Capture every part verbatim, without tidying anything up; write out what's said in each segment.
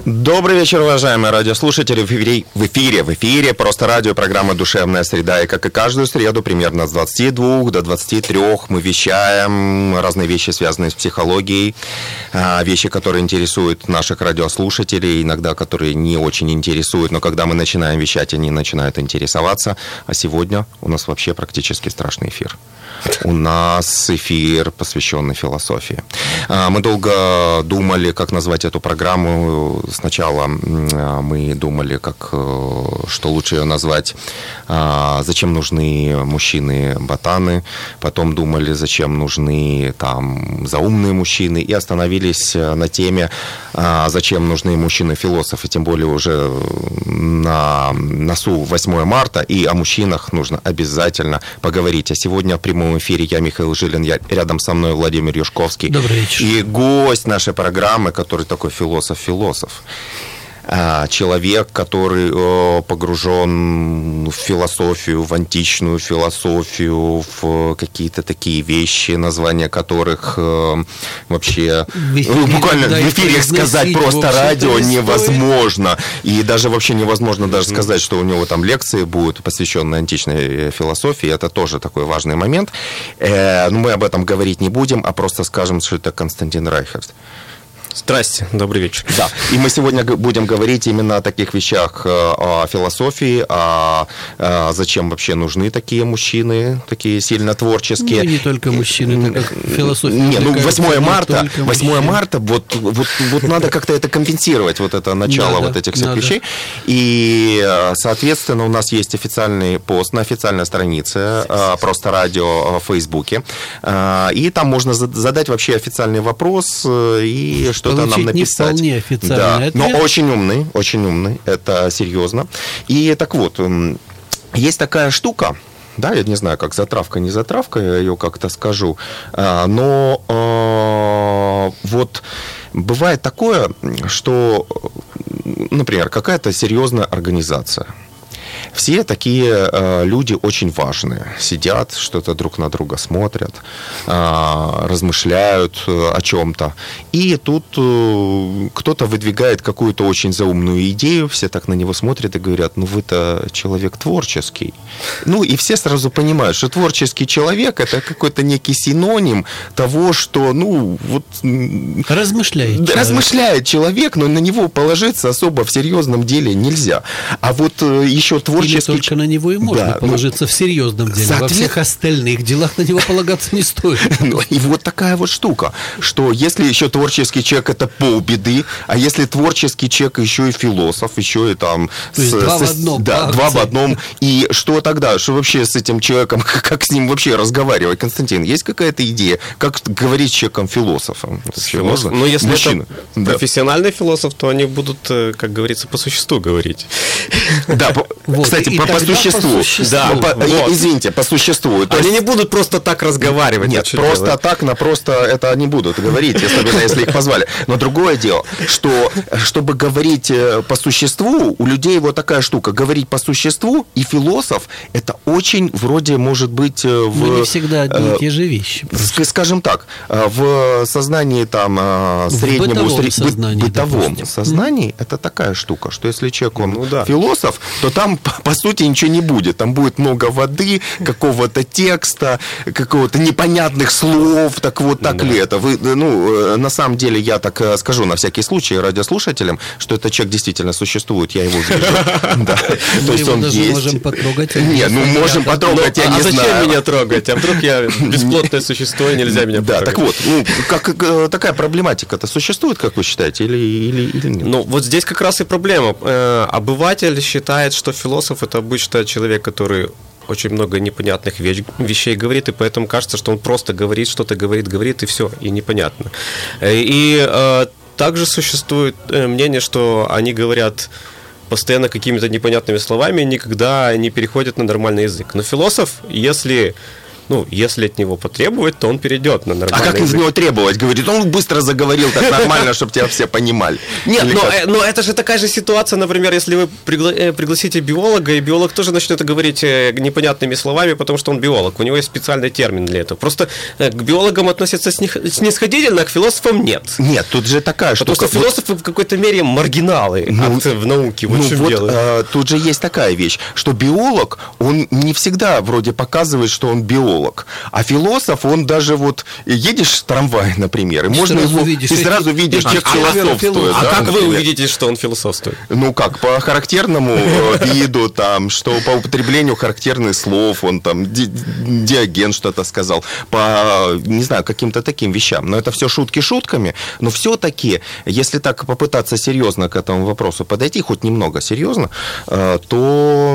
Добрый вечер, уважаемые радиослушатели. В эфире, в эфире, в эфире просто радио, программа «Душевная среда». И как и каждую среду, примерно с двадцати двух до двадцати трёх мы вещаем разные вещи, связанные с психологией, вещи, которые интересуют наших радиослушателей, иногда которые не очень интересуют, но когда мы начинаем вещать, они начинают интересоваться. А сегодня у нас вообще практически страшный эфир. У нас эфир, посвященный философии. Мы долго думали, как назвать эту программу. Сначала мы думали, как, что лучше ее назвать, зачем нужны мужчины-ботаны. Потом думали, зачем нужны там заумные мужчины. И остановились на теме, зачем нужны мужчины-философы. Тем более уже на носу восьмое марта. И о мужчинах нужно обязательно поговорить. А сегодня в прямом эфире я, Михаил Жилин, я, рядом со мной Владимир Юшковский. Добрый вечер. И гость нашей программы, который такой философ-философ. Человек, который погружен в философию, в античную философию, в какие-то такие вещи, названия которых вообще в эфире, буквально да, в эфире сказать просто радио невозможно. И даже вообще невозможно даже mm-hmm. сказать, что у него там лекции будут, посвященные античной философии. Это тоже такой важный момент. Но мы об этом говорить не будем, а просто скажем, что это Константин Райхерст. Здрасте, добрый вечер. Да, и мы сегодня будем говорить именно о таких вещах, о философии, о, о зачем вообще нужны такие мужчины, такие сильно творческие. Ну, не только мужчины, так как философия. Не, ну восьмое марта, восьмое марта, вот, вот, вот надо как-то это компенсировать, вот это начало надо, вот этих всех надо. вещей. И, соответственно, у нас есть официальный пост на официальной странице «Просто радио» в Фейсбуке. И там можно задать вообще официальный вопрос и что-то нам написать. Не вполне официальный да, ответ. Но очень умный, очень умный, это серьезно. И так вот, есть такая штука, да, я не знаю, как затравка, не затравка, я ее как-то скажу, но вот бывает такое, что, например, какая-то серьезная организация. Все такие э, люди очень важные. Сидят, что-то друг на друга смотрят, э, размышляют э, о чем-то. И тут э, кто-то выдвигает какую-то очень заумную идею, все так на него смотрят и говорят, ну вы-то человек творческий. Ну и все сразу понимают, что творческий человек – это какой-то некий синоним того, что, ну, вот… Размышляет человек. Размышляет человек, но на него положиться особо в серьезном деле нельзя. А вот э, еще творческий… Или только на него и можно да, положиться ну, в серьезном деле. Соответ... Во всех остальных делах на него полагаться не стоит. Ну, и вот такая вот штука, что если еще творческий человек – это полбеды, а если творческий человек еще и философ, еще и там… То есть два в одном. Да, два в одном. И что тогда? Что вообще с этим человеком, как с ним вообще разговаривать? Константин, есть какая-то идея, как говорить с человеком-философом? Философ? Ну, если Мужчина. это да. профессиональный философ, то они будут, как говорится, по существу говорить. Да, вот. Кстати, по, по существу. По существу. Да, по, вот. Извините, по существу. То они есть... не будут просто так разговаривать. Нет, просто делать. так, на просто это они будут говорить, особенно если их позвали. Но другое дело, что чтобы говорить по существу, у людей вот такая штука. Говорить по существу и философ, это очень вроде может быть в... Но не всегда одни и те же вещи. Просто. Скажем так, в сознании там среднего... В бытовом сознании, бытовом допустим. сознании mm. это такая штука, что если человек, он ну, да. философ, то там, по сути, ничего не будет. Там будет много воды, какого-то текста, какого-то непонятных слов. Так вот, так да. ли это? Вы, ну, на самом деле, я так скажу на всякий случай радиослушателям, что этот человек действительно существует, я его вижу. То есть он есть. Можем потрогать. Нет, ну можем потрогать, я не знаю. А зачем меня трогать? А вдруг я бесплотное существо, и нельзя меня потрогать? Да, так вот, ну, как такая проблематика-то существует, как вы считаете, или нет? Ну, вот здесь как раз и проблема. Обыватель считает, что философ – это обычно человек, который очень много непонятных вещ- вещей говорит, и поэтому кажется, что он просто говорит, что-то говорит, говорит, и все, и непонятно. И э, также существует мнение, что они говорят постоянно какими-то непонятными словами, никогда не переходят на нормальный язык. Но философ, если... ну, если от него потребовать, то он перейдет на нормальный язык. А как из него требовать? Говорит, он быстро заговорил так нормально, чтобы тебя все понимали. Нет, но, но это же такая же ситуация, например, если вы пригла- пригласите биолога, и биолог тоже начнет говорить непонятными словами, потому что он биолог, у него есть специальный термин для этого. Просто к биологам относятся снисходительно, а к философам нет. Нет, тут же такая штука. Потому что философы в какой-то мере маргиналы ну, от, в науке. Вот, ну, вот а, тут же есть такая вещь, что биолог, он не всегда вроде показывает, что он биолог, а философ, он даже вот едешь в трамвае, например, и, и можно его видишь, и сразу видишь, человек философствует. А да, как например. Вы увидите, что он философствует? Ну как, по характерному виду, там, что по употреблению характерных слов, он там Диоген что-то сказал, по, не знаю, каким-то таким вещам. Но это все шутки шутками, но все-таки, если так попытаться серьезно к этому вопросу подойти, хоть немного серьезно, то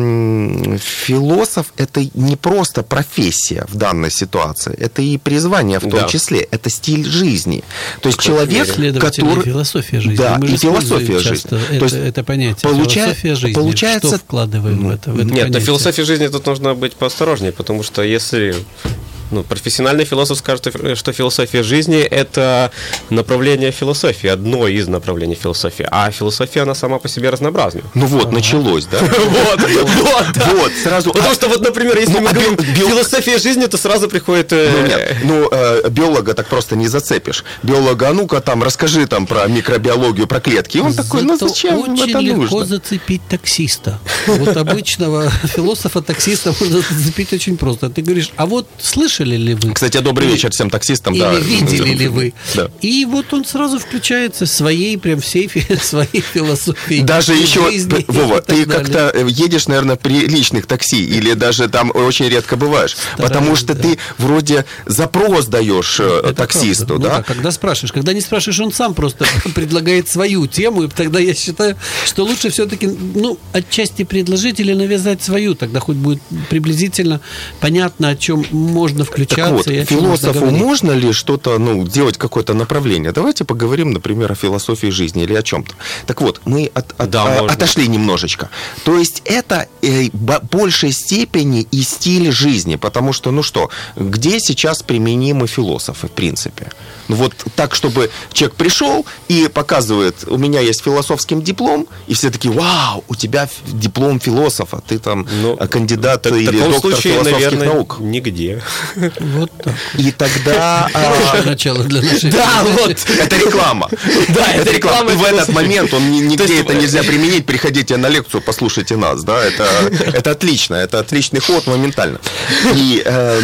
философ – это не просто профессия в данной ситуации, это и призвание в том да. числе, это стиль жизни. То есть человек, который... философия жизни. Да, Мы и философия жизни. Это, то есть это понятие. Получа... Философия жизни. Получается... Что вкладываем в это, в это Нет, понятие? на философии жизни тут нужно быть поосторожнее, потому что если... Ну, профессиональный философ скажет, что философия жизни – это направление философии, одно из направлений философии. А философия, она сама по себе разнообразна. Ну вот, началось, да? Вот, вот, вот, сразу. Потому что вот, например, если мы говорим философия жизни, то сразу приходит... Ну, нет, ну, биолога так просто не зацепишь. Биолога, а ну-ка там, расскажи там про микробиологию, про клетки. И он такой, ну зачем это нужно? Очень легко зацепить таксиста. Вот обычного философа-таксиста можно зацепить очень просто. Ты говоришь, а вот слышишь, ли вы? Кстати, добрый вечер всем таксистам. Или да. видели ли вы? Да. И вот он сразу включается своей, прям всей, своей философией. Даже еще, Вова, ты как-то едешь, наверное, при личных такси, или даже там очень редко бываешь, Стараюсь, потому что да. ты вроде запрос даешь это таксисту, правда. да? Ну, да? Когда спрашиваешь. Когда не спрашиваешь, он сам просто предлагает свою тему, и тогда я считаю, что лучше все-таки, ну, отчасти предложить или навязать свою, тогда хоть будет приблизительно понятно, о чем можно включаться. Так вот, философу можно ли что-то, ну, делать какое-то направление? Давайте поговорим, например, о философии жизни или о чем-то. Так вот, мы от, от, да, а, отошли немножечко. То есть это э, в большей степени и стиль жизни, потому что, ну что, где сейчас применимы философы, в принципе? Ну вот так, чтобы человек пришел и показывает, у меня есть философский диплом, и все такие, вау, у тебя диплом философа, ты там ну, кандидат так, или доктор случае, философских наверное, наук. Нигде. Вот так. И тогда... Хорошее начало для нашей... Да, вот, это реклама. Да, это реклама. И в этот момент он нигде это нельзя применить, приходите на лекцию, послушайте нас, да, это отлично, это отличный ход моментально. И,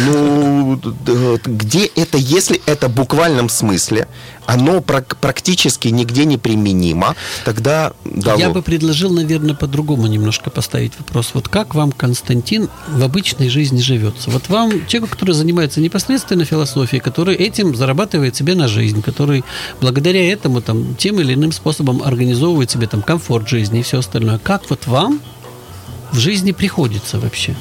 ну, где это, если это в буквальном смысле, оно практически нигде не применимо, тогда... Да, я бы предложил, наверное, по-другому немножко поставить вопрос. Вот как вам, Константин, в обычной жизни живется? Вот вам, человеку, который занимается непосредственно философией, который этим зарабатывает себе на жизнь, который благодаря этому там, тем или иным способом организовывает себе там, комфорт жизни и все остальное. Как вот вам в жизни приходится вообще?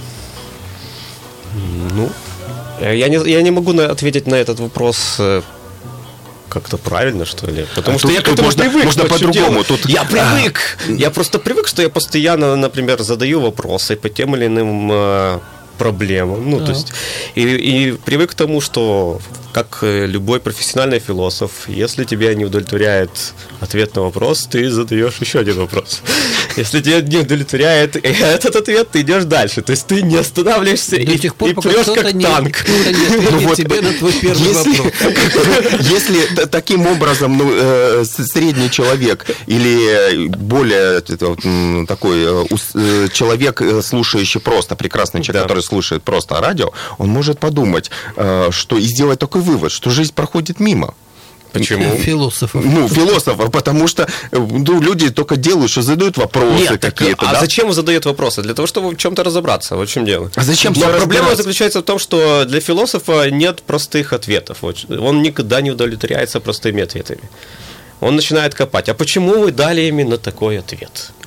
Ну, я не, я не могу на, ответить на этот вопрос как-то правильно, что ли? Потому а что тут, я к этому можно, привык. Можно по-другому. Тут... Я привык. А. Я просто привык, что я постоянно, например, задаю вопросы по тем или иным э, проблемам. Ну, да. то есть, и, и привык к тому, что как любой профессиональный философ, если тебя не удовлетворяет ответ на вопрос, ты задаешь еще один вопрос. Если тебя не удовлетворяет этот ответ, ты идешь дальше. То есть ты не останавливаешься и, и прешь как не, танк. Ну, вот, тебе на твой первый если, вопрос. Если таким образом ну, э, средний человек или более э, такой э, человек, слушающий просто, прекрасный человек, да. который слушает просто радио, он может подумать, э, что и сделать такой вывод, что жизнь проходит мимо. Почему? Философов. Ну, философов, потому что ну, люди только делают, что задают вопросы Нет, какие-то. Так, а да? зачем задают вопросы? Для того, чтобы в чем-то разобраться. Вот в чем дело. А зачем Но проблема заключается в том, что для философа нет простых ответов. Он никогда не удовлетворяется простыми ответами. Он начинает копать. А почему вы дали именно такой ответ?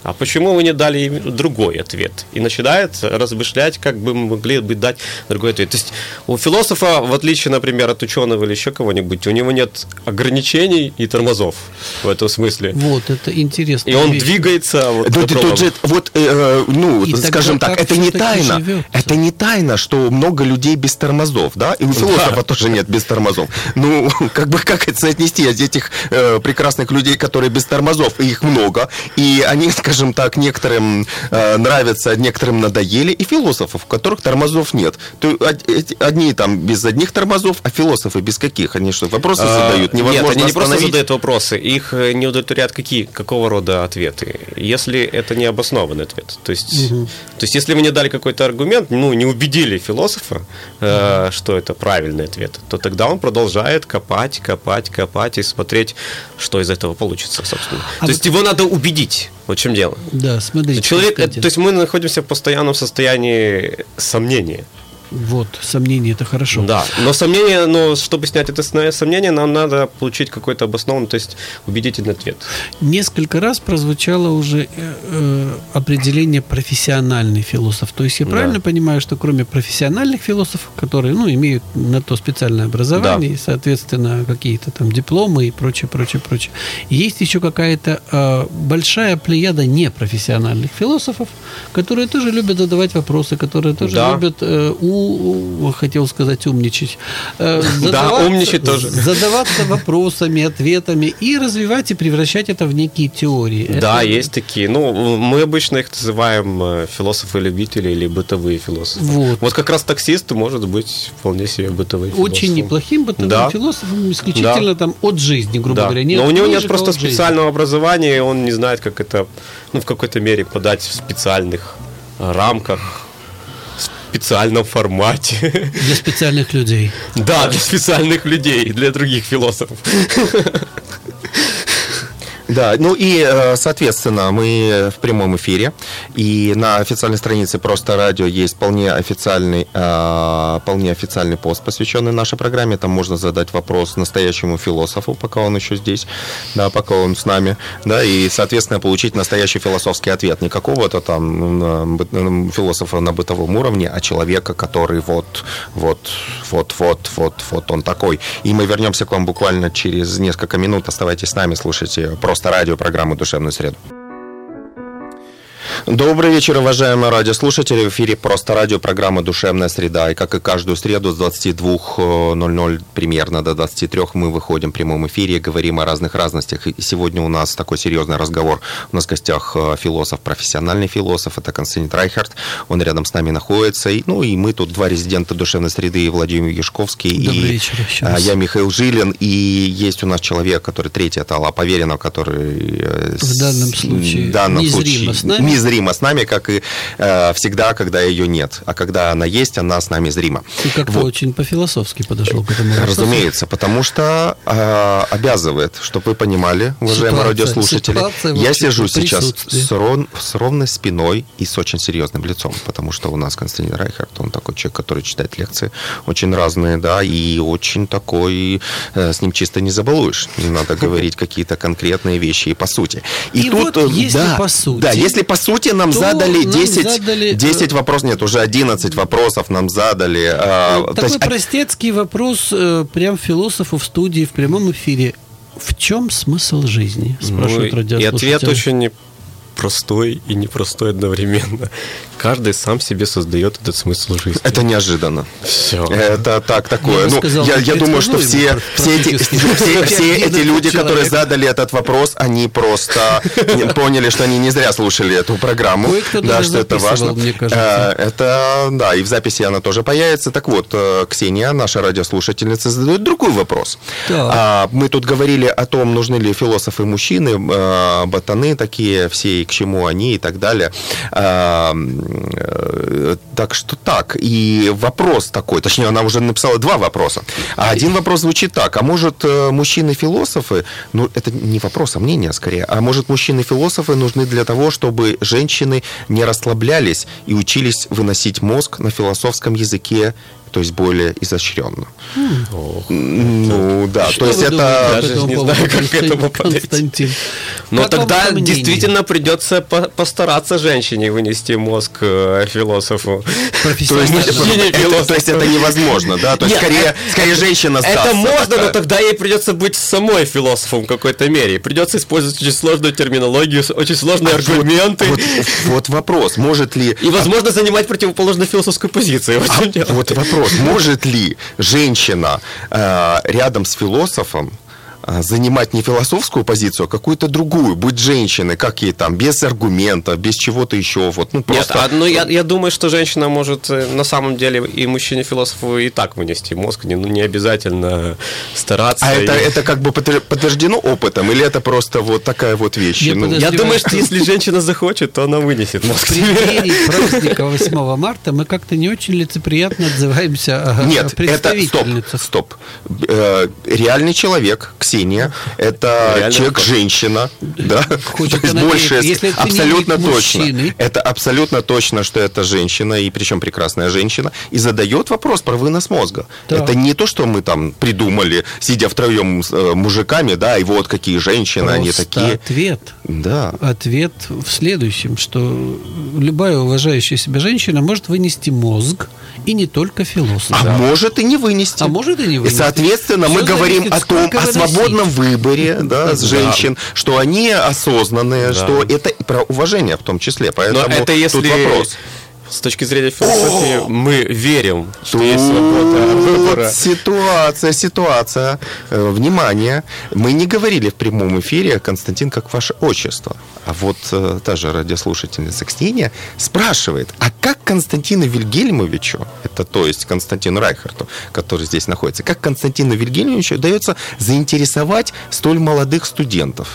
а почему вы не дали им другой ответ? И начинает размышлять, как бы могли бы дать другой ответ. То есть у философа, в отличие, например, от ученого или еще кого-нибудь, у него нет ограничений и тормозов в этом смысле. Вот, это интересно. И он вещь. двигается вот, тут, тут же, вот, э, ну, и скажем так, это не тайна. Живется? Это не тайна, что много людей без тормозов, да? И у философа да. тоже нет без тормозов. Ну, как бы, как это соотнести этих э, прекрасных людей, которые без тормозов, и их много, и они, скажем так, некоторым э, нравятся, некоторым надоели, и философов, у которых тормозов нет. То, одни там без одних тормозов, а философы без каких? Они что, вопросы а, задают? Невозможно нет, они не остановить? Просто задают вопросы, их не удовлетворяют какие, какого рода ответы, если это не обоснованный ответ. То есть, угу. то есть если вы не дали какой-то аргумент, ну, не убедили философа, э, угу. что это правильный ответ, то тогда он продолжает копать, копать, копать и смотреть, что из этого получится, собственно. А то вот... есть его надо убедить. Вот в чем дело. Да, смотрите. Человек, это, то есть мы находимся в постоянном состоянии сомнения. Вот, сомнение – это хорошо. Да, но сомнение, но чтобы снять это сомнение, нам надо получить какой-то обоснованный, то есть убедительный ответ. Несколько раз прозвучало уже э, определение профессиональный философ. То есть я правильно да. понимаю, что кроме профессиональных философов, которые, ну, имеют на то специальное образование, да. и, соответственно, какие-то там дипломы и прочее, прочее, прочее, есть еще какая-то э, большая плеяда непрофессиональных философов, которые тоже любят задавать вопросы, которые тоже да. любят э, у хотел сказать умничать. Да, умничать тоже. Задаваться вопросами, ответами и развивать и превращать это в некие теории. Да, это... есть такие. Ну, мы обычно их называем философы-любители или бытовые философы. Вот, вот как раз таксист может быть вполне себе бытовый философ. Очень неплохим бытовым да. философом, исключительно да. там от жизни, грубо да. говоря. Нет, но у него нет просто специального жизни. образования, и он не знает, как это, ну, в какой-то мере подать в специальных рамках, в специальном формате. Для специальных людей. Да, для специальных людей, для других философов. Да, ну и, соответственно, мы в прямом эфире, и на официальной странице «Просто радио» есть вполне официальный, вполне официальный пост, посвященный нашей программе. Там можно задать вопрос настоящему философу, пока он еще здесь, да, пока он с нами, да, и, соответственно, получить настоящий философский ответ. Не какого-то там философа на бытовом уровне, а человека, который вот, вот, вот, вот, вот, вот он такой. И мы вернемся к вам буквально через несколько минут. Оставайтесь с нами, слушайте «Просто радио», программу «Душевную среду». Добрый вечер, уважаемые радиослушатели. В эфире «Просто радио», программа «Душевная среда». И как и каждую среду с двадцати двух ноль ноль примерно до двадцати трёх мы выходим в прямом эфире, говорим о разных разностях. И сегодня у нас такой серьезный разговор. У нас в гостях философ, профессиональный философ. Это Константин Райхард. Он рядом с нами находится. И, ну и мы тут два резидента «Душевной среды», Владимир Яшковский Добрый и вечер, еще раз. Я Михаил Жилин. И есть у нас человек, который третий, это Алла Поверина, который в данном случае в данном незримо случае, с нами. Зрима с нами, как и э, всегда, когда ее нет. А когда она есть, она с нами зрима. Ты как-то вот. очень по-философски подошел к этому вопросу. Разумеется, потому что э, обязывает, чтобы вы понимали, уважаемые ситуация, радиослушатели, ситуация я сижу сейчас с, ров, с ровной спиной и с очень серьезным лицом, потому что у нас Константин Райхард, он такой человек, который читает лекции очень разные, да, и очень такой, э, с ним чисто не забалуешь. Не надо говорить какие-то конкретные вещи и по сути. И, и тут, вот, если да, по сути... Да, если по сути нам то задали нам десять, задали... десять вопросов, нет, уже одиннадцать вопросов нам задали. Такой то есть... простецкий вопрос прям философу в студии, в прямом эфире. В чем смысл жизни? Спрашивают ну, радиослушатели. И ответ очень простой и непростой одновременно. Каждый сам себе создает этот смысл жизни. Это неожиданно. Все. Это так такое. Я, ну, сказал, я, я думаю, что все, все, эти, все, все эти люди, которые задали этот вопрос, они просто поняли, что они не зря слушали эту программу. Да, что это важно. Мне кажется. Это, да, и в записи она тоже появится. Так вот, Ксения, наша радиослушательница, задает другой вопрос. Да. Мы тут говорили о том, нужны ли философы-мужчины, ботаны такие все, к чему они и так далее. Так что так. И вопрос такой, точнее, она уже написала два вопроса. А один вопрос звучит так. А может, мужчины-философы, ну, это не вопрос, а мнение скорее, а может, мужчины-философы нужны для того, чтобы женщины не расслаблялись и учились выносить мозг на философском языке, то есть более изощренно. Ох, ну, да, Что то есть это... Даже не знаю, как к этому подойти. Константин. Но Как тогда вам мнение? действительно придется по- постараться женщине вынести мозг э, философу. То есть, Профессионально. это, то есть это невозможно, да? То есть Нет, скорее, это- скорее женщина сдастся. Это можно, такая. но тогда ей придется быть самой философом в какой-то мере. Придется использовать очень сложную терминологию, очень сложные аргументы. Вот, вот вопрос, может ли... И, возможно, занимать противоположную философскую позицию. В этом дело. Вот вопрос, может ли женщина э, рядом с философом э, занимать не философскую позицию, а какую-то другую, быть женщиной, как ей там, без аргументов, без чего-то еще. Вот, ну, просто... Нет, а, ну, я, я думаю, что женщина может э, на самом деле и мужчине-философу и так вынести мозг, не, ну, не обязательно стараться. А и- это, это как бы подтвер- подтверждено опытом, или это просто вот такая вот вещь? Я Ну, подозреваю, Я думаю, что что- если женщина захочет, то она вынесет В мозг. преддверии праздника восьмого марта мы как-то не очень лицеприятно отзываемся о, о Нет, это стоп, представительницах. стоп. Э, реальный человек, Ксения, это Реально человек-женщина, да? Хочет То есть она больше, верить. Если это не абсолютно мужчины. точно. Это абсолютно точно, что это женщина, и причем прекрасная женщина, и задает вопрос про вынос мозга. Да. Это не то, что мы там придумали, сидя втроем с э, мужиками, да, и вот какие женщины, они Просто такие. ответ. Да. Ответ в следующем, что любая уважающая себя женщина может вынести мозг, и не только философ. А может и не вынести. А может и не И, вынести. соответственно, Всё мы говорим зависит, о том, сколько о вы свободном носите. выборе, да, с Да. женщин, что они осознанные, Да. что это и про уважение в том числе. Но Поэтому это если тут вопрос. с точки зрения философии мы верим, что Тут есть свобода выбора. ситуация, ситуация. Э, Внимание. Мы не говорили в прямом эфире, Константин, как ваше отчество. А вот э, та же радиослушательница Ксения спрашивает, а как Константину Вильгельмовичу, это то есть Константину Райхарту, который здесь находится, как Константину Вильгельмовичу удается заинтересовать столь молодых студентов?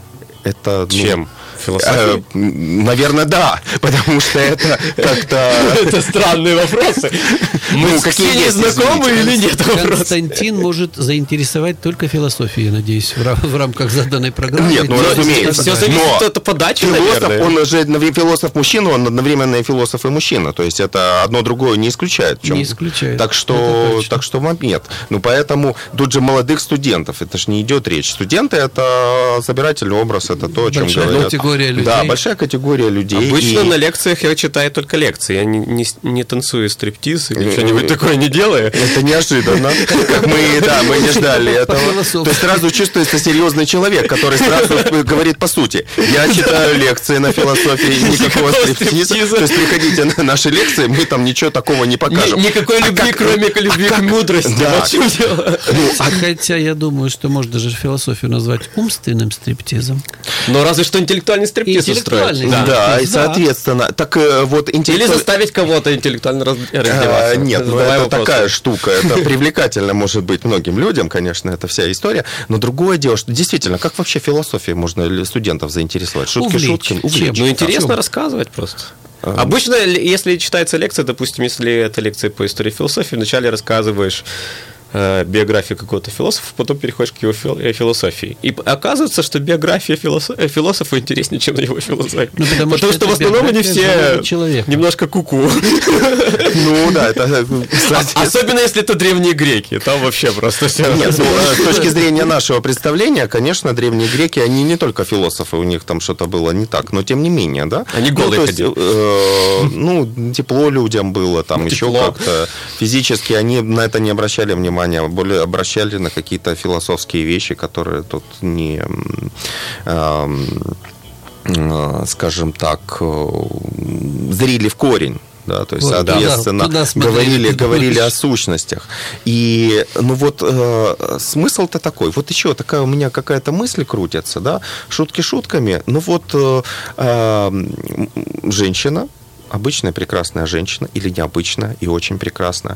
Это, ну, Чем? Философией? э, наверное, да, потому что это как-то... Это странные вопросы. Мы Ну, с какие Ксенией есть, знакомы извините. или нет? Вопрос. Константин может заинтересовать только философией, я надеюсь, в, ра- в рамках заданной программы. Нет, ну, И разумеется. Все так далее. зависит Но от подачи, Философ, наверное. он же одновременно философ-мужчина, он одновременно и философ и мужчина. То есть это одно другое не исключает. В чем- Не исключает. Так Это что, точно. так что момент. Ну, поэтому тут же молодых студентов. Это же не идет речь. Студенты – это собирательный образ, это то, о чем Большая говорят. категория людей. Да, большая категория людей. Обычно И- на лекциях я читаю только лекции. Я не, не, не танцую стриптиз или что-нибудь такое не делаю. Это неожиданно. Как мы, да, мы не ждали этого. Философ. То есть сразу чувствуется серьезный человек, который сразу говорит по сути. Я читаю лекции на философии, никакого стриптиза. стриптиза. То есть приходите на наши лекции, мы там ничего такого не покажем. Ни- никакой А любви, как- кроме любви к мудрости. Да. Вот в чем дело. Ну, а Хотя я думаю, что можно же философию назвать умственным стриптизом. Но разве что интеллектуальный стриптиз Интеллектуальный. устроить. да, и Да. соответственно, так э, вот Или интеллектуаль- заставить кого-то интеллектуально раз- А, раздеваться. Нет, ну Задавай это вопросы. такая штука, это привлекательно может быть многим людям, конечно, это вся история, но другое дело, что действительно, как вообще философией можно ли студентов заинтересовать? Шутки Увлечь. шутками? Чем? Ну, В интересно чем? рассказывать просто. Обычно, л- если читается лекция, допустим, если это лекция по истории философии, вначале рассказываешь э, биографию какого-то философа, потом переходишь к его фил- э, философии. И п- оказывается, что биография филосо- э, философа интереснее, чем его философия. Ну, потому что что, это в основном они биография все живого человека. немножко куку. Ну да, это... кстати, Особенно, если это древние греки. Там вообще просто все. Нет, ну, э, с точки зрения нашего представления, конечно, древние греки, они не только философы, у них там что-то было не так, но тем не менее, да? Они Ну, голые то есть, ходили. э, ну, тепло людям было, там еще Тепло. как-то. Физически они на это не обращали внимания, более обращали на какие-то философские вещи, которые тут не... м, эм, э, скажем так, э, зрили в корень. Да, то есть, Вот, да, соответственно, туда смотрели, говорили, ты говорили о думаешь. сущностях. И, ну вот, э, смысл-то такой. Вот еще такая у меня какая-то мысль крутится, да, шутки шутками. Ну вот, э, э, женщина, обычная прекрасная женщина или необычная и очень прекрасная,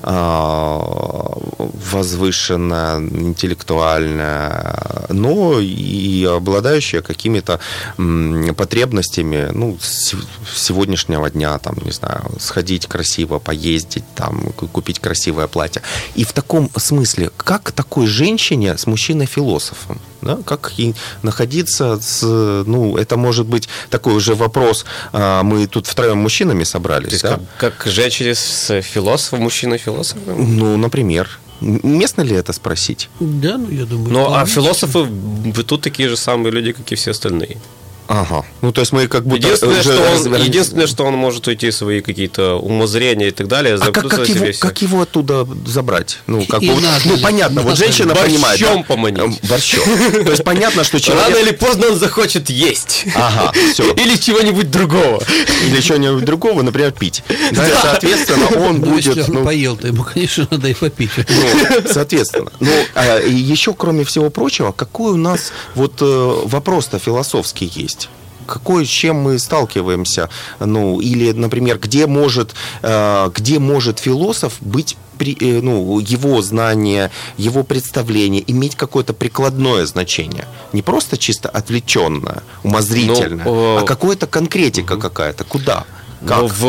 возвышенная, интеллектуальная, но и обладающая какими-то потребностями, ну, сегодняшнего дня, там, не знаю, сходить красиво, поездить, там, купить красивое платье. И в таком смысле, как такой женщине с мужчиной-философом? Да? Как ей находиться с... Ну, это может быть такой уже вопрос. Мы тут втроем мужчинами собрались, да? Как, как женщине с философом, мужчиной-философом? Ну, например. Местно ли это спросить? Да, ну, я думаю. Ну, а философы тут такие же самые люди, как и все остальные. Ага. Ну, то есть мы как будто... Единственное, что он, единственное, что он может уйти свои какие-то умозрения и так далее. А как, как, его, как его оттуда забрать? Ну, как бы, надо, ну понятно, надо, вот женщина борщом понимает. Борщом поманить. Борщом. То есть понятно, что человек... Рано или поздно он захочет есть. Ага, все. Или чего-нибудь другого. Или чего-нибудь другого, например, пить. Да, да. Соответственно, он ну, будет... Если он ну, поел, то ему, конечно, надо и попить. Ну, соответственно. Ну, а, и еще, кроме всего прочего, какой у нас вот вопрос-то философский есть? Какой, с чем мы сталкиваемся? Ну, или, например, где может, где может философ быть, ну, его знание, его представление иметь какое-то прикладное значение? Не просто чисто отвлеченное, умозрительное, ну, а какое-то конкретика угу. какая-то. Куда? Как? В,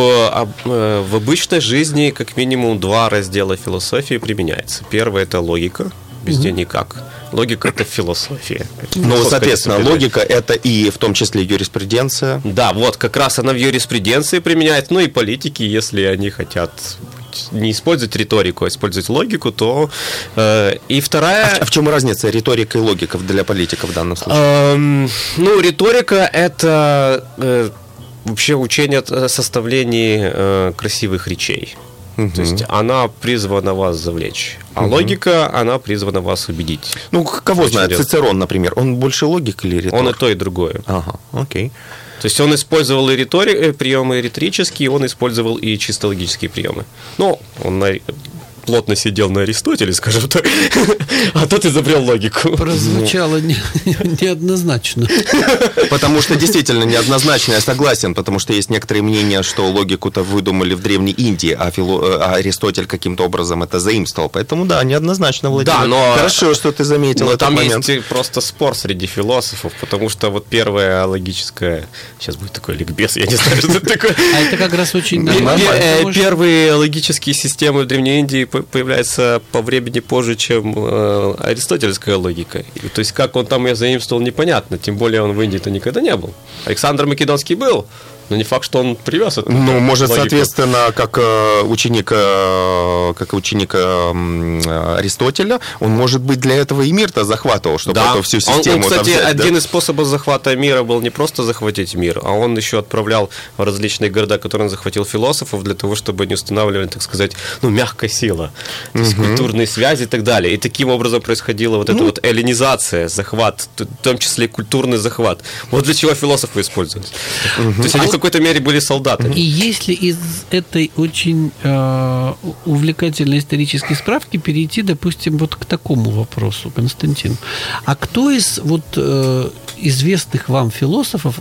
в обычной жизни как минимум два раздела философии применяется. Первый – это логика, без угу. нее никак. Логика – это философия. Ну, соответственно, логика – это и в том числе юриспруденция. Да, вот, как раз она в юриспруденции применяется, ну и политики, если они хотят не использовать риторику, а использовать логику, то... Э, и вторая... А в чем разница риторика и логика для политиков в данном случае? Эм, ну, риторика – это э, вообще учение о составлении э, красивых речей. Uh-huh. То есть она призвана вас завлечь, а uh-huh. логика, она призвана вас убедить. Ну, кого Очень знает, интересно. Цицерон, например, он больше логик или риторик? Он и то, и другое. Ага, окей. То есть он использовал и риторик, приемы риторические, он использовал и чисто логические приемы. Но он на... плотно сидел на Аристотеле, скажем так, а тот изобрел логику. Прозвучало не, неоднозначно. Потому что действительно неоднозначно, я согласен, потому что есть некоторые мнения, что логику-то выдумали в Древней Индии, а, фило... а Аристотель каким-то образом это заимствовал. Поэтому да, неоднозначно, Владимир. Да, но... Хорошо, что ты заметил но этот там момент. Есть просто спор среди философов, потому что вот первая логическая... Сейчас будет такой ликбез, я не знаю, что это такое. А это как раз очень нормально. Первые логические системы в Древней Индии появляется по времени позже, чем э, аристотельская логика. И, то есть, как он там ее заимствовал, непонятно. Тем более, он в Индии-то никогда не был. Александр Македонский был, но не факт, что он привез эту Ну, логику. может, соответственно, как ученик, как ученик Аристотеля, он, может быть, для этого и мир-то захватывал, чтобы да. эту всю систему он, он, кстати, взять, один да? из способов захвата мира был не просто захватить мир, а он еще отправлял в различные города, которые он захватил, философов, для того, чтобы они устанавливали, так сказать, ну, мягкая сила, то есть угу. культурные связи и так далее. И таким образом происходила вот ну, эта вот эллинизация, захват, в том числе и культурный захват. Вот для чего философы использовались. Угу. То есть они в какой-то мере были солдатами. И если из этой очень э, увлекательной исторической справки перейти, допустим, вот к такому вопросу, Константин. А кто из вот э, известных вам философов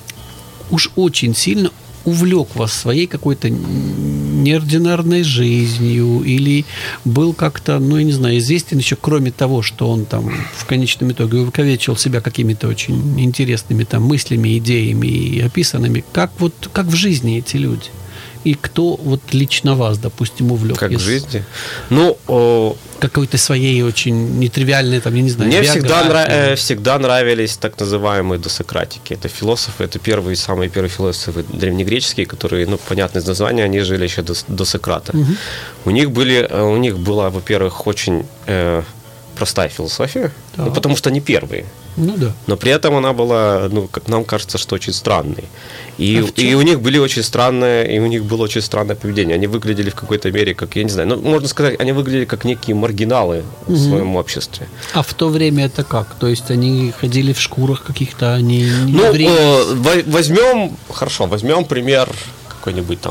уж очень сильно увлек вас своей какой-то неординарной жизнью или был как-то, ну, я не знаю, известен еще, кроме того, что он там в конечном итоге увековечил себя какими-то очень интересными там мыслями, идеями и описанными, как вот, как в жизни эти люди? И кто вот лично вас, допустим, увлек? Как из... в жизни? Ну, о... какой-то своей очень нетривиальной, там, я не знаю, мне всегда, нрав... всегда нравились так называемые досократики. Это философы, это первые, самые первые философы древнегреческие, которые, ну, понятно из названия, они жили еще до, до Сократа. Угу. У них были, у них была, во-первых, очень э, простая философия, да. ну, потому что они первые. Ну да. Но при этом она была, ну, как нам кажется, что очень странной. И, а и у них были очень странные, и у них было очень странное поведение. Они выглядели в какой-то мере, как, я не знаю, ну, можно сказать, они выглядели как некие маргиналы угу. в своем обществе. А в то время это как? То есть они ходили в шкурах каких-то, они... Ну, э, возьмем, хорошо, возьмем пример какой-нибудь там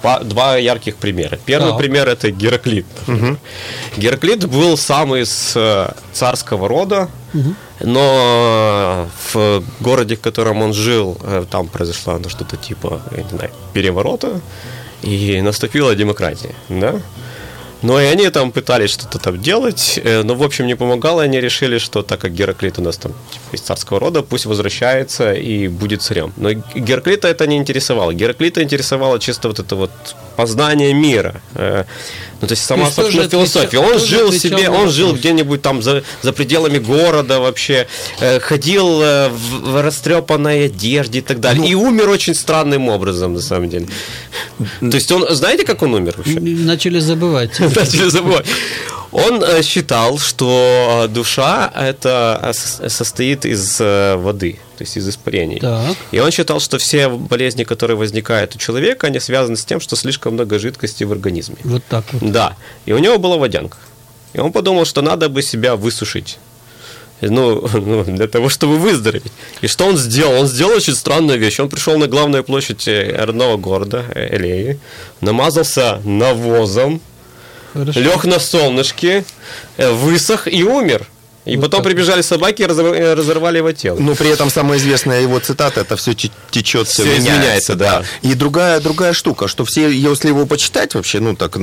два ярких примера. Первый да. пример – это Гераклит. Угу. Гераклит был сам из царского рода, угу. но в городе, в котором он жил, там произошло что-то типа, я не знаю, переворота, и наступила демократия, да? Ну, и они там пытались что-то там делать, но, в общем, не помогало, и они решили, что так как Гераклит у нас там типа, из царского рода, пусть возвращается и будет царем. Но Гераклита это не интересовало. Гераклита интересовало чисто вот это вот познание мира. Ну, то есть сама то собственно, философия. Он жил себе, он жил где-нибудь там за, за пределами города вообще, ходил в, в растрепанной одежде и так далее. Ну, и умер очень странным образом, на самом деле. То есть он, знаете, как он умер вообще? Начали забывать. Начали забывать. Он считал, что душа это состоит из воды, то есть из испарений. Так. И он считал, что все болезни, которые возникают у человека, они связаны с тем, что слишком много жидкости в организме. Вот так вот. Да. И у него была водянка. И он подумал, что надо бы себя высушить. Ну, ну, для того, чтобы выздороветь. И что он сделал? Он сделал очень странную вещь. Он пришел на главную площадь родного города, Элеи, намазался навозом, Хорошо. лег на солнышке, высох и умер. И вот потом так. прибежали собаки и разорвали его тело. Но при этом самая известная его цитата: это все течет, все, все меняется, меняется, да. да. И другая, другая штука, что все, если его почитать вообще, ну так,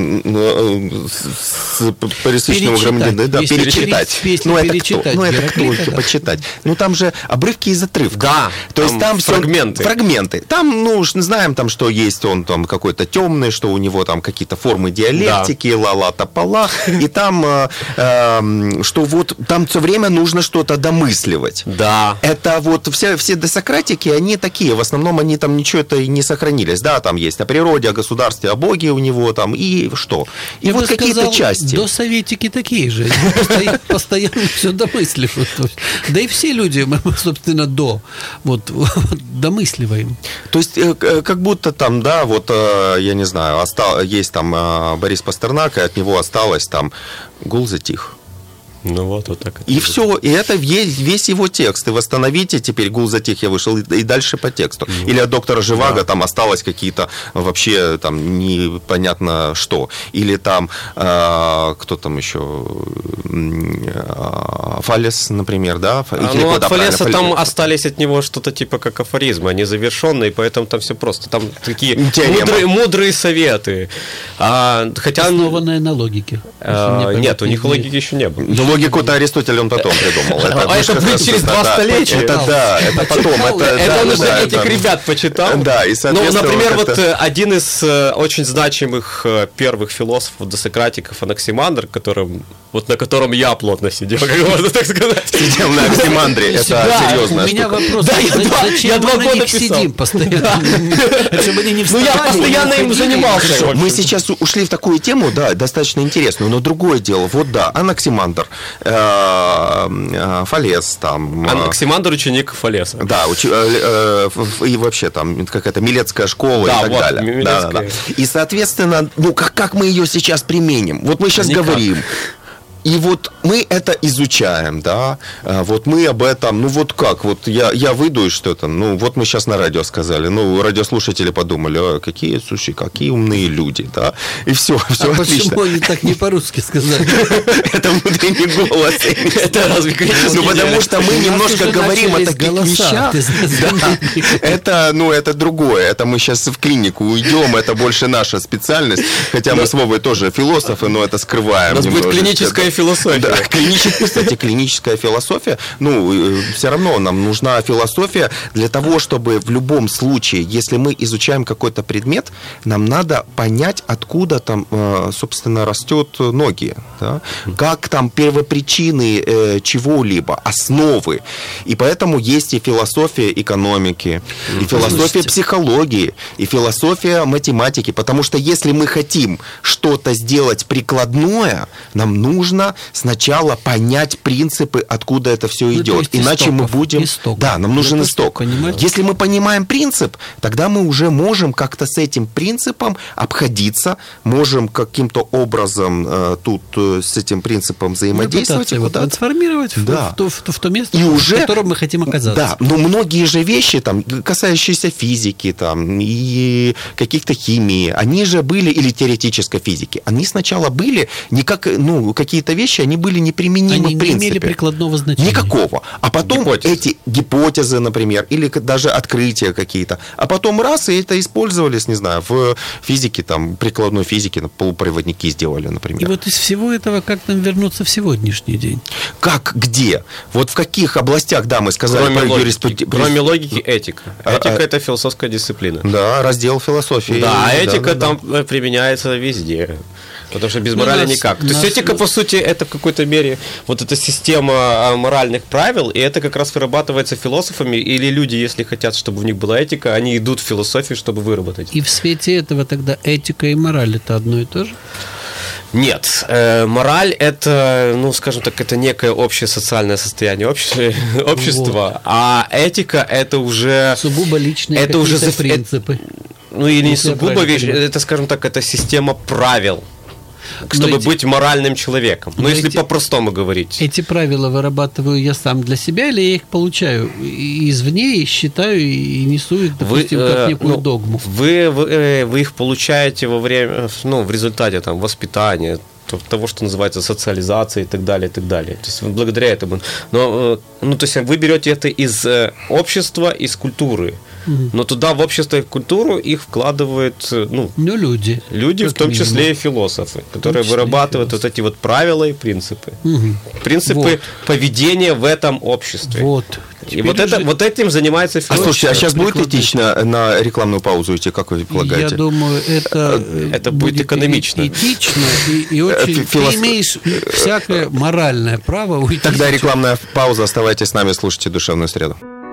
с пересечного грамоты, да, перечитать. Ну это кто? Ну это кто почитать? Ну там же обрывки из отрывка. Да. То есть там фрагменты. Фрагменты. Там, ну уж знаем, там что есть, он там какой-то темный, что у него там какие-то формы диалектики, да. ла-ла-топола. И там, что вот там все время нужно что-то домысливать. Да. Это вот все, все досократики, они такие, в основном они там ничего это и не сохранились. Да, там есть о природе, о государстве, о Боге у него там, и что? И Я вот какие-то части. Досоветики такие же. Постоянно все домысливают. Да и все люди, мы, собственно, до. Вот, домысливаем. То есть, как будто там, да, вот, я не знаю, есть там Борис Пастернак, и от него осталось там «Гул затих». Ну вот, вот так. И все, и это весь, весь его текст. И восстановите теперь «Гул затих», я вышел, и, и дальше по тексту. Ну, или от доктора Живаго да. там осталось какие-то вообще там непонятно что. Или там, э, кто там еще, э, Фалес, например, да? А, ну, от Фалеса там Фалес. Остались от него что-то типа как афоризмы, они завершенные, поэтому там все просто. Там такие мудрые, мудрые советы. А, хотя, основанные на логике. А, нет, у них логики еще не было. Логику-то Аристотель он потом придумал. Это а это будет через два да, столетия. Это да, это потом. Это, это да, он уже да, этих это... ребят почитал. Да, и соответственно... Ну, например, вот, это... вот один из очень значимых первых философов, досократиков, Анаксимандр, которым, вот на котором я плотно сидел, как можно так сказать. Сидел на Анаксимандре, это серьезная штука. У меня вопрос, зачем мы на них сидим постоянно? Чтобы они не вставали. Ну, я постоянно им занимался. Мы сейчас ушли в такую тему, да, достаточно интересную, но другое дело. Вот да, Анаксимандр, Фалес там. Анаксимандр ученик Фалеса. Да, уч... и вообще там какая-то Милетская школа да, и так вот, далее. Да, да, да. И, соответственно, ну как, как мы ее сейчас применим? Вот мы сейчас Никак. говорим. И вот мы это изучаем, да, вот мы об этом, ну вот как, вот я, я выйду и что-то, ну вот мы сейчас на радио сказали, ну радиослушатели подумали, а, какие, слушай, какие умные люди, да, и все, все а отлично. Почему они так не по-русски сказали? Это внутренний голос. Это разве Ну потому что мы немножко говорим о таких вещах. Это, ну это другое, это мы сейчас в клинику уйдем, это больше наша специальность, хотя мы с Вовой тоже философы, но это скрываем. У нас будет клиническая философия. Да, клиническая, кстати, клиническая философия. Ну, все равно нам нужна философия для того, чтобы в любом случае, если мы изучаем какой-то предмет, нам надо понять, откуда там, собственно, растет ноги, да? Как там первопричины чего-либо, основы. И поэтому есть и философия экономики, и философия психологии, и философия математики. Потому что если мы хотим что-то сделать прикладное, нам нужно нужно сначала понять принципы, откуда это все Ну, то идет. есть Иначе истоков, мы будем... исток. Да, нам нужен Для того, исток. чтобы понимать. Если мы понимаем принцип, тогда мы уже можем как-то с этим принципом обходиться, можем каким-то образом э, тут э, с этим принципом взаимодействовать. Пытаться его куда-то. трансформировать в- Да. в, то, в, то, в то место, И в уже- котором мы хотим оказаться. Да, но многие же вещи, там, касающиеся физики там, и каких-то химии, они же были, или теоретической физики, они сначала были не как, ну, какие-то вещи, они были неприменимы Они в не принципе. имели прикладного значения. Никакого. А потом Гипотезы. эти гипотезы, например, или к- даже открытия какие-то, а потом раз, и это использовались, не знаю, в физике, там, прикладной физике, на полупроводники сделали, например. И вот из всего этого как нам вернуться в сегодняшний день? Как, где? Вот в каких областях, да, мы сказали Кроме про логики, юриспруден- кроме логики, этика. А, Этика а- – это философская дисциплина. Да, раздел философии. Да, а этика да, да. там э, применяется везде. Потому что без Ну, морали нас- никак. То есть нас- этика, по сути, это в какой-то мере вот эта система а, моральных правил, и это как раз вырабатывается философами, или люди, если хотят, чтобы у них была этика, они идут в философию, чтобы выработать. И в свете этого тогда этика и мораль это одно и то же? Нет, э, мораль это, ну, скажем так, это некое общее социальное состояние общества, общества, а этика это уже... Сугубо личные Это уже какие-то зафи- принципы. Ну или не Если я сугубо правильно вещь, понимаю. это, скажем так, это система правил, Но чтобы эти- быть моральным человеком. Ну, но если эти- по-простому говорить. Эти правила вырабатываю я сам для себя, или я их получаю и- извне и считаю и несу их, допустим, э, как некую ну, догму? Вы, вы, э, вы их получаете во время, ну, в результате там, воспитания, то- того, что называется социализация и так далее, и так далее. То есть вот благодаря этому. Но, э, ну, то есть вы берете это из э, общества, из культуры. Но туда, в общество и в культуру, их вкладывают, э, ну, Ну, люди. люди, как в том минимум. числе и философы, которые числе и вырабатывают вот философы. эти вот правила и принципы. Мгм. Принципы Вот. поведения в этом обществе. Вот. И Теперь вот, это, уже- вот этим занимается А философия. слушайте, а сейчас будет прикладной. этично на рекламную паузу идти, как вы полагаете? Я думаю, это, э, Это будет экономично. и- этично и, и очень... филос- Ты имеешь всякое моральное право уйти. Тогда сейчас. рекламная пауза. Оставайтесь с нами, слушайте «Душевную среду».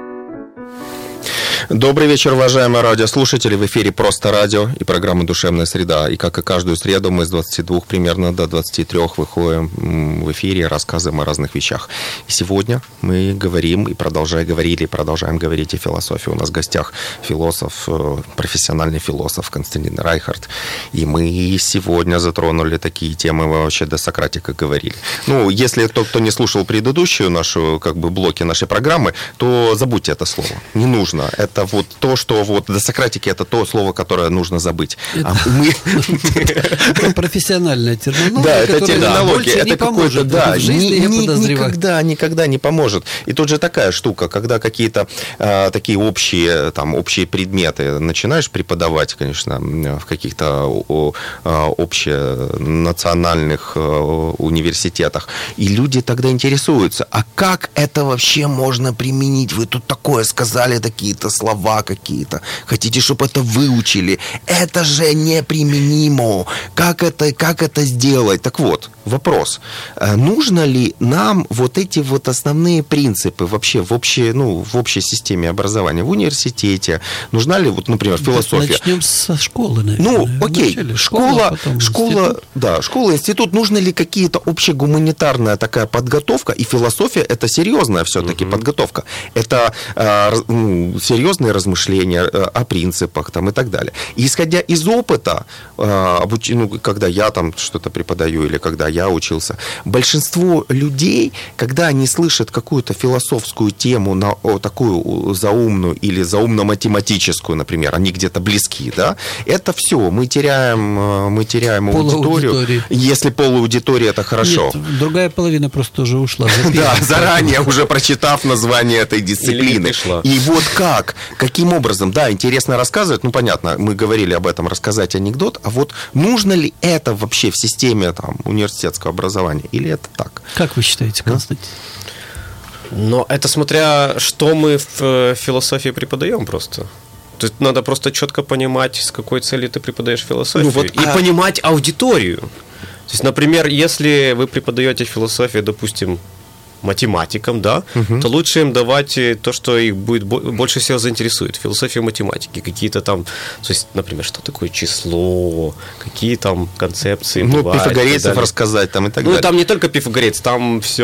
Добрый вечер, уважаемые радиослушатели. В эфире «Просто радио» и программа «Душевная среда». И как и каждую среду мы с двадцати двух примерно до двадцати трёх выходим м, в эфире, рассказываем о разных вещах. И сегодня мы говорим и продолжаем говорили, и продолжаем говорить о философии. У нас в гостях философ, э, профессиональный философ Константин Райхард. И мы сегодня затронули такие темы, мы вообще до Сократика говорили. Ну, если тот, кто не слушал предыдущую нашу, как бы, блоки нашей программы, то забудьте это слово. Не нужно. Это вот то, что вот до Сократики, это то слово, которое нужно забыть. А мы... Это профессиональная терминология, Да, это которая терминология, больше это не какой-то, поможет да, в жизни, ни- я ни- подозреваю. никогда, никогда не поможет. И тут же такая штука, когда какие-то а, такие общие, там, общие предметы начинаешь преподавать, конечно, в каких-то о, а, общенациональных а, университетах, и люди тогда интересуются, а как это вообще можно применить? Вы тут такое сказали, такие-то слова какие-то, хотите, чтобы это выучили? Это же неприменимо. Как это, как это сделать? Так вот, вопрос. А нужно ли нам вот эти вот основные принципы вообще в общей, ну, в общей системе образования, в университете? Нужна ли, вот, например, философия? Начнем со школы, наверное. Ну, окей, Вначале школа, потом школа, институт. да, школа, институт. Нужна ли какие-то общегуманитарная такая подготовка? И философия – это серьезная все-таки подготовка. Это э, раз- ну, серьезные размышления э, о принципах там, и так далее. И исходя из опыта, э, обуч- ну, когда я там что-то преподаю или когда я учился, большинство людей, когда они слышат какую-то философскую тему, на, о, такую заумную или заумно-математическую, например, они где-то близки, да, это все, мы теряем, э, мы теряем аудиторию. Полаудитории. Если полаудитория, это хорошо. Нет, другая половина просто уже ушла. за Да, первым. заранее уже прочитав название этой Или не дисциплины. пришла. И вот как, каким образом, да, интересно рассказывать, ну, понятно, мы говорили об этом, рассказать анекдот, а вот нужно ли это вообще в системе там, университетского образования, или это так? Как вы считаете, Константин? Но это смотря, что мы в э, философии преподаем просто. То есть надо просто четко понимать, с какой целью ты преподаешь философию. Ну вот, и а- понимать аудиторию. То есть, например, если вы преподаете философию, допустим, математикам, да, угу. то лучше им давать то, что их будет больше всего заинтересует. Философия математики, какие-то там, то есть, например, что такое число, какие там концепции ну, бывают. Ну, пифагорейцев рассказать там и так ну, далее. Ну, там не только пифагорейцы, там все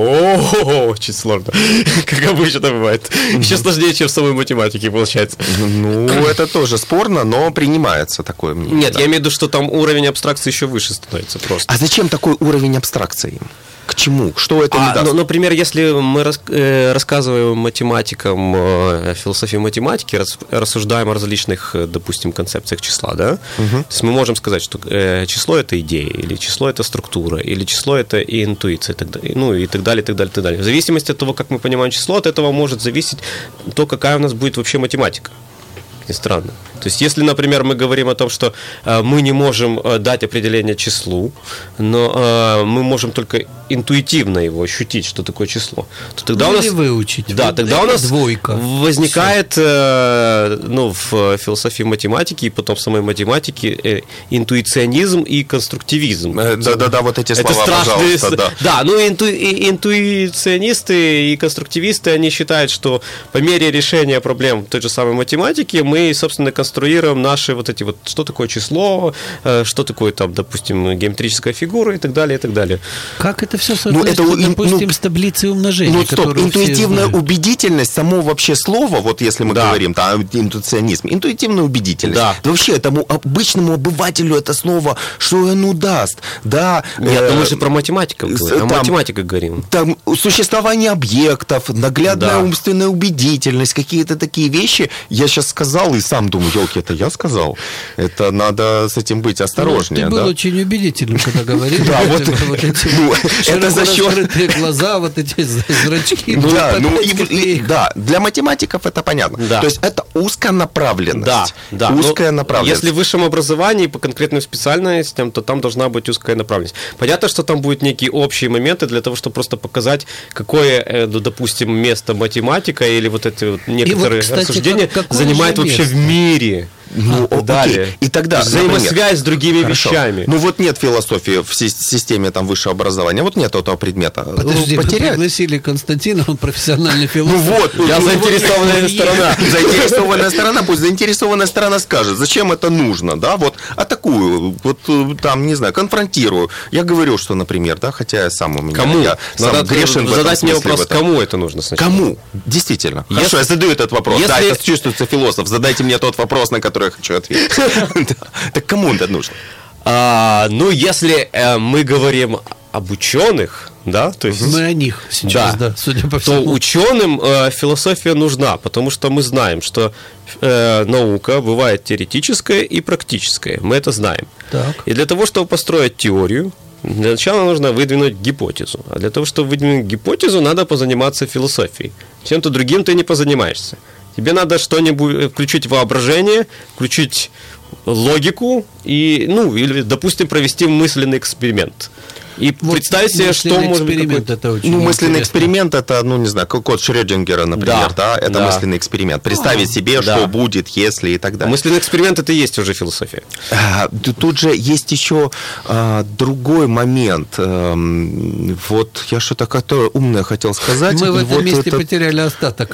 очень сложно, как обычно бывает. Еще сложнее, чем в самой математике, получается. Ну, это тоже спорно, но принимается такое мнение. Нет, я имею в виду, что там уровень абстракции еще выше становится просто. А зачем такой уровень абстракции? К чему? Что это а, не даст? Ну, например, если мы рас, э, рассказываем математикам э, философии математики, рас, рассуждаем о различных, допустим, концепциях числа, да? Угу. То есть мы можем сказать, что э, число – это идея, или число – это структура, или число – это и интуиция, и так далее, ну и так далее, и так далее, и так далее. В зависимости от того, как мы понимаем число, от этого может зависеть то, какая у нас будет вообще математика. И странно. То есть, если, например, мы говорим о том, что э, мы не можем э, дать определение числу, но э, мы можем только интуитивно его ощутить, что такое число, то тогда ну, у нас... Или выучить. Да, тогда у нас двойка. возникает э, ну, в философии математики и потом в самой математике э, интуиционизм и конструктивизм. Да-да-да, вот эти слова, это страшные... пожалуйста. Да, да ну инту... интуиционисты и конструктивисты, они считают, что по мере решения проблем той же самой математики мы, собственно, конструируем наши вот эти вот, что такое число, что такое там, допустим, геометрическая фигура и так далее, и так далее. Как это все соответствует, ну, это, допустим, ну, с таблицей умножения? Ну, стоп, интуитивная убедительность, само вообще слово, вот если мы да. говорим, там, интуиционизм, интуитивная убедительность. Да. Да вообще, этому обычному обывателю это слово, что оно даст? Да, Нет, э, ну мы же про математиков говорим, там, о математиках говорим. Там существование объектов, наглядная да. умственная убедительность, какие-то такие вещи. Я сейчас сказал и сам думаю, елки, это я сказал. Это надо с этим быть осторожнее. Ну, ты был да? очень убедительным, когда говорил. Да, вот это за счет... раскрытые глаза, вот эти зрачки. Да, ну и да, для математиков это понятно. То есть это узконаправленность. Да, да. Узкая направленность. Если в высшем образовании по конкретным специальностям, то там должна быть узкая направленность. Понятно, что там будут некие общие моменты для того, чтобы просто показать, какое, допустим, место математика или вот эти вот некоторые рассуждения занимает вообще в мире. Ну, а, далее. И тогда взаимосвязь например, с другими Хорошо. вещами. Ну вот нет философии в системе там высшего образования, вот нет этого предмета. Подожди, ну, мы пригласили Константина, он профессиональный философ. Ну вот, я ну, заинтересованная вот, сторона. Заинтересованная сторона, пусть заинтересованная сторона скажет, зачем это нужно, да, вот атакую, вот там, не знаю, конфронтирую. Я говорю, что, например, да, хотя я сам у меня... Кому? Я сам Надо грешен задать мне вопрос, кому это нужно сначала? Кому? Действительно. Если... Хорошо, я задаю этот вопрос. Если... Да, это чувствуется философ. Задайте мне тот вопрос, на который я хочу ответить. Так кому это нужно? А, ну, если э, мы говорим об ученых, да, то есть мы о них сейчас, да, да судя по всему, то ученым э, философия нужна, потому что мы знаем, что э, наука бывает теоретическая и практическая, мы это знаем. Так. И для того, чтобы построить теорию, для начала нужно выдвинуть гипотезу, а для того, чтобы выдвинуть гипотезу, надо позаниматься философией. Чем-то другим ты не позанимаешься. Тебе надо что-нибудь включить воображение, включить логику и, ну, или, допустим, провести мысленный эксперимент. И вот представь себе, что может быть какой-то... Это очень ну, мысленный интересно. эксперимент, это, ну, не знаю, код Шрёдингера, например, да, да это да. мысленный эксперимент. Представить а, себе, да. что будет, если и так далее. Мысленный эксперимент – это и есть уже философия. А, тут же есть еще а, другой момент. А, вот я что-то такое умное хотел сказать. Мы в этом вот месте это... потеряли остаток.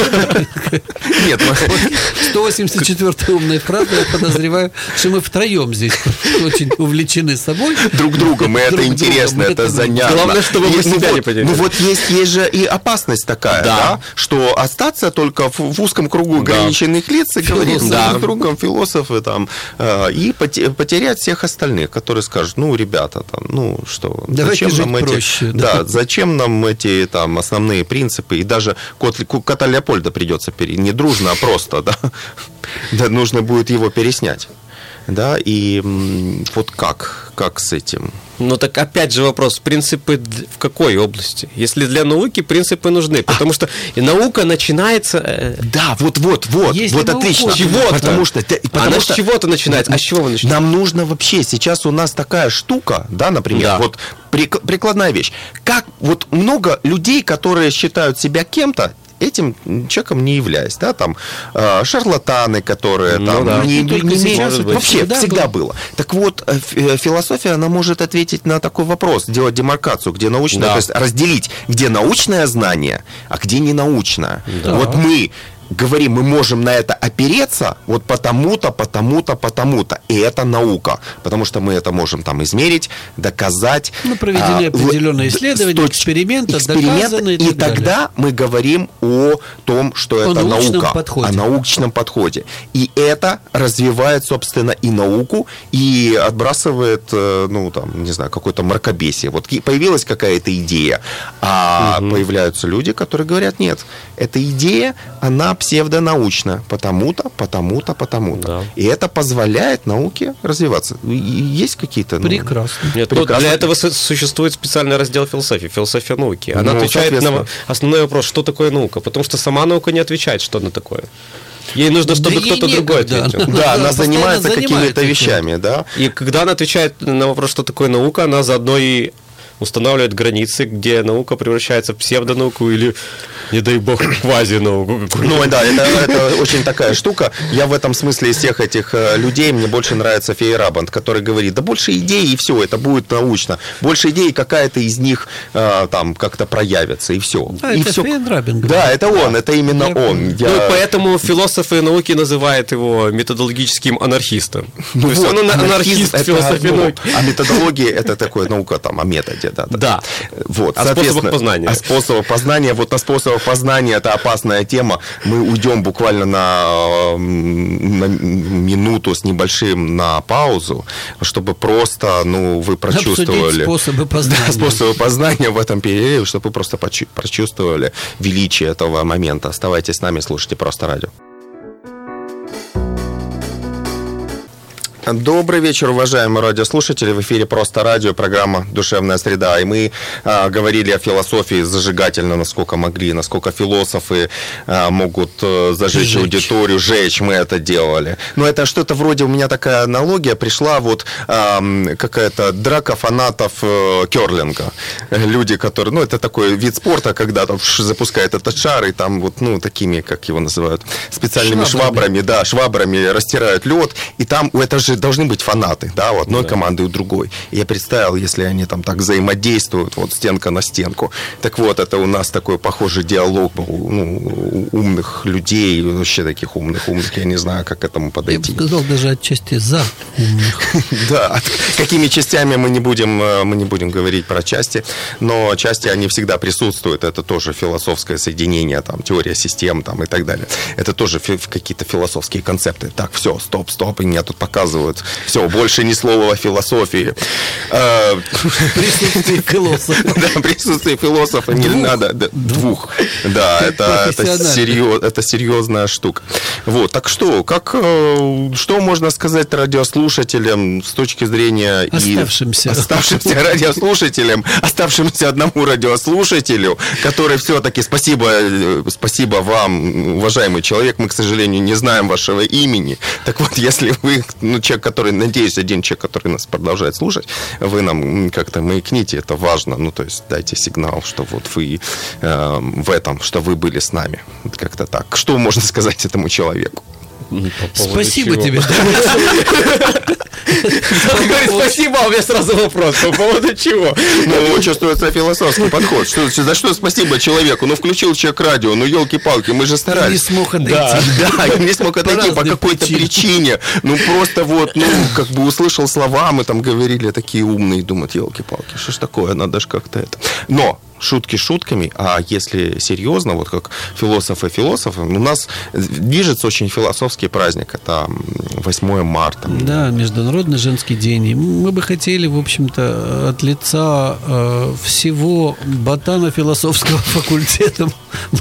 Нет. сто восемьдесят четвёртая умная фраза, я подозреваю, что мы втроем здесь очень увлечены собой. Друг другом, и это интересно. Интересно, это, это занятно. Главное, чтобы вы себя ну, не поделили. Ну вот есть, есть же и опасность такая, да. Да, что остаться только в, в узком кругу да. ограниченных лиц и говорить да. друг с другом, философы там, э, и потерять всех остальных, которые скажут, ну, ребята, там, ну, что, давайте зачем нам проще, эти, да. да, зачем нам эти там основные принципы, и даже кот, кота Леопольда придется пере... не дружно, а просто, да, да, нужно будет его переснять. Да, и вот как, как с этим? Ну так опять же вопрос, принципы в какой области? Если для науки принципы нужны, потому а. что и наука начинается... Да, вот-вот, вот, Если вот отлично. С чего-то. Потому что, потому Она что, с чего-то начинается, а с чего вы начинаете? Нам нужно вообще, сейчас у нас такая штука, да, например, да. вот прикладная вещь. Как, вот много людей, которые считают себя кем-то, этим человеком не являюсь. Да, там шарлатаны, которые ну, там да. не, не, не сейчас, вообще всегда, всегда было. было. Так вот, философия, она может ответить на такой вопрос, делать демаркацию, где научное, да. то есть разделить, где научное знание, а где не научное. Да. Вот мы говорим, мы можем на это опереться вот потому-то, потому-то, потому-то. И это наука. Потому что мы это можем там измерить, доказать. Ну, проведены а, определенные исследования, эксперименты, доказаны и так И тогда далее. мы говорим о том, что о это наука. Подходе. О научном подходе. И это развивает, собственно, и науку, и отбрасывает, ну, там, не знаю, какое-то мракобесие. Вот появилась какая-то идея, а угу. появляются люди, которые говорят, нет, эта идея, она псевдонаучно, потому-то, потому-то, потому-то. Да. И это позволяет науке развиваться. И есть какие-то... Ну, прекрасно. Нет, прекрасно. Для этого существует специальный раздел философии, философия науки. Она ну, отвечает на основной вопрос, что такое наука, потому что сама наука не отвечает, что она такое. Ей нужно, чтобы да кто-то другой ответил. Да, да, она занимается какими-то вещами, да. И когда она отвечает на вопрос, что такое наука, она заодно и устанавливает границы, где наука превращается в псевдонауку или, не дай бог, квазинауку. Ну да, это, это очень такая штука. Я в этом смысле из всех этих людей, мне больше нравится Фейерабанд, который говорит, да больше идей, и все, это будет научно. Больше идей, какая-то из них там как-то проявится, и все. А, и это все. Фейерабанд. Да, это он, это именно я он. Я... Ну, поэтому философы науки называют его методологическим анархистом. Ну, то есть вот, он анархист в философии науки. А методология это такое наука там о методе. Да, да. да. Вот, о способах познания. О способах познания. Вот на способах познания это опасная тема. Мы уйдем буквально на, на минуту с небольшим на паузу, чтобы просто, ну, вы прочувствовали... Обсудить способы познания. Да, способы познания в этом перерыве, чтобы вы просто прочувствовали величие этого момента. Оставайтесь с нами, слушайте «Просто радио». Добрый вечер, уважаемые радиослушатели. В эфире «Просто радио», программа «Душевная среда». И мы а, говорили о философии зажигательно, насколько могли, насколько философы а, могут а, зажечь Жечь. аудиторию, жечь. Мы это делали. Но это что-то вроде, у меня такая аналогия пришла, вот а, какая-то драка фанатов а, керлинга. Люди, которые, ну, это такой вид спорта, когда там запускают этот шар, и там вот, ну, такими, как его называют, специальными швабрами, швабрами, да, швабрами растирают лед, и там, это же должны быть фанаты, да, у одной да. команды и у другой. И я представил, если они там так взаимодействуют, вот стенка на стенку. Так вот, это у нас такой похожий диалог был, ну, умных людей, вообще таких умных-умных, я не знаю, как к этому подойти. Я бы сказал, даже отчасти за умных. Да, какими частями мы не будем, мы не будем говорить про части, но части, они всегда присутствуют, это тоже философское соединение, там, теория систем, там, и так далее. Это тоже какие-то философские концепты. Так, все, стоп, стоп, и меня тут показывают. Все, больше ни слова о философии. Присутствие философа. Да, присутствие философа не надо. Двух. Да, это серьезная штука. Вот, так что, как, что можно сказать радиослушателям с точки зрения... Оставшимся. Оставшимся радиослушателям, оставшимся одному радиослушателю, который все-таки, спасибо, спасибо вам, уважаемый человек, мы, к сожалению, не знаем вашего имени. Так вот, если вы, ну, человек, который, надеюсь, один человек, который нас продолжает слушать, вы нам как-то маякните, это важно, ну, то есть дайте сигнал, что вот вы э, в этом, что вы были с нами, как-то так. Что можно сказать этому человеку? Спасибо чего? тебе. Он говорит, спасибо, а у меня сразу вопрос, по поводу чего? Ну, чувствуется философский подход. Что, за что спасибо человеку? Ну, включил человек радио, ну, елки-палки, мы же старались. Не смог отойти. Да, да, не смог отойти по какой-то причине. Ну, просто вот, ну, как бы услышал слова, мы там говорили такие умные, думают, елки-палки, что ж такое, надо же как-то это. Но шутки шутками, а если серьезно, вот как философы философы, у нас движется очень философский праздник, это восьмое марта. Да, Международный женский день. И мы бы хотели, в общем-то, от лица э, всего ботано-философского факультета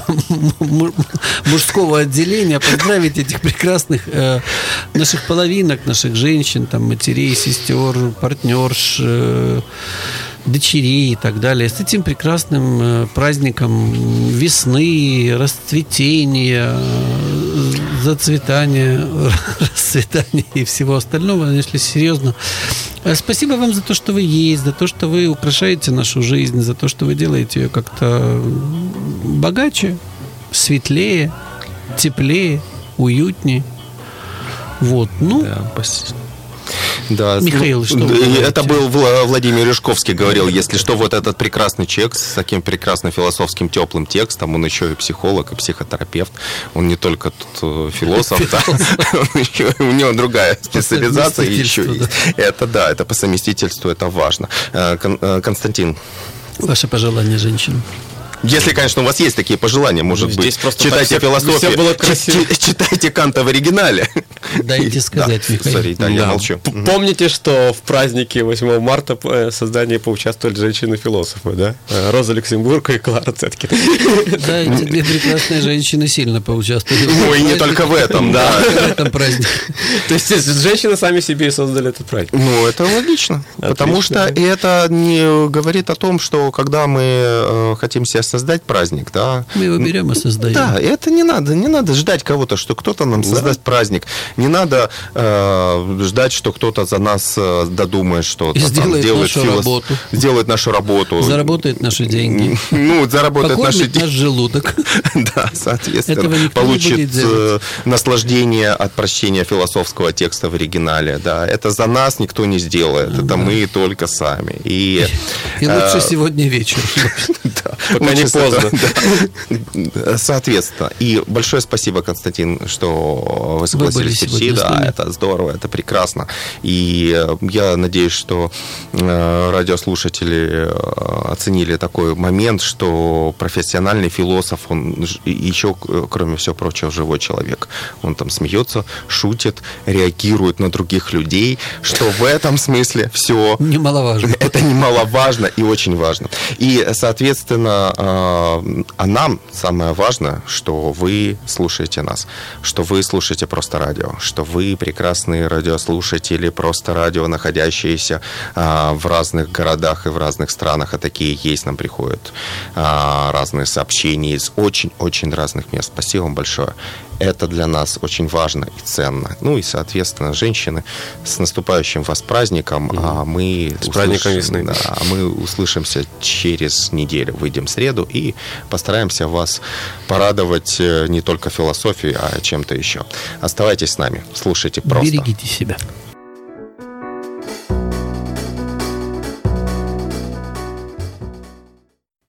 мужского отделения поздравить этих прекрасных э, наших половинок, наших женщин, там, матерей, сестер, партнерш, э, дочерей и так далее, с этим прекрасным праздником весны, расцветения, зацветания, расцветания и всего остального, если серьезно. Спасибо вам за то, что вы есть, за то, что вы украшаете нашу жизнь, за то, что вы делаете ее как-то богаче, светлее, теплее, уютнее. Вот, ну... Да, спасибо. Да, Михаил, что вы это был Владимир Юшковский говорил, если что, вот этот прекрасный человек с таким прекрасным философским теплым текстом, он еще и психолог, и психотерапевт, он не только тут философ, да, он еще, у него другая специализация еще есть. Это да, это по совместительству, это важно. Константин. Ваше пожелание женщинам. Если, конечно, у вас есть такие пожелания, может Здесь быть, читайте философию, читайте Канта в оригинале. Дайте сказать, да, Михаил. Sorry, да, я молчу. Помните, что в празднике восьмого марта в создании поучаствовали женщины-философы, да? Роза Люксембург и Клара Цеткин. Да, эти две прекрасные женщины сильно поучаствовали. Ой, не только в этом, да. В этом празднике. То есть женщины сами себе и создали этот праздник. Ну, это логично. Потому что это не говорит о том, что когда мы хотим себе создать праздник, да. Мы его берем и создаем. Да, это не надо, не надо ждать кого-то, что кто-то нам да. создаст праздник. Не надо э, ждать, что кто-то за нас э, додумает что-то. Сделает там, нашу филос... работу. Сделает нашу работу. Заработает наши деньги. Ну, заработает наши деньги. наш желудок. Да, соответственно. Получит наслаждение от прочтения философского текста в оригинале. Да, это за нас никто не сделает. Это мы только сами. И лучше сегодня вечером. Пока не поздно. Соответственно. И большое спасибо, Константин, что вы согласились прийти. Да, это здорово, это прекрасно. И я надеюсь, что радиослушатели оценили такой момент, что профессиональный философ, он еще, кроме всего прочего, живой человек. Он там смеется, шутит, реагирует на других людей, что в этом смысле все... Немаловажно. Это немаловажно и очень важно. И, соответственно, а нам самое важное, что вы слушаете нас, что вы слушаете просто радио, что вы прекрасные радиослушатели просто радио, находящиеся в разных городах и в разных странах, а такие есть, нам приходят разные сообщения из очень-очень разных мест. Спасибо вам большое. Это для нас очень важно и ценно. Ну и, соответственно, женщины, с наступающим вас праздником, mm-hmm. а мы с праздником весны. Да, мы услышимся через неделю, выйдем в среду и постараемся вас порадовать не только философией, а чем-то еще. Оставайтесь с нами, слушайте просто. Берегите себя.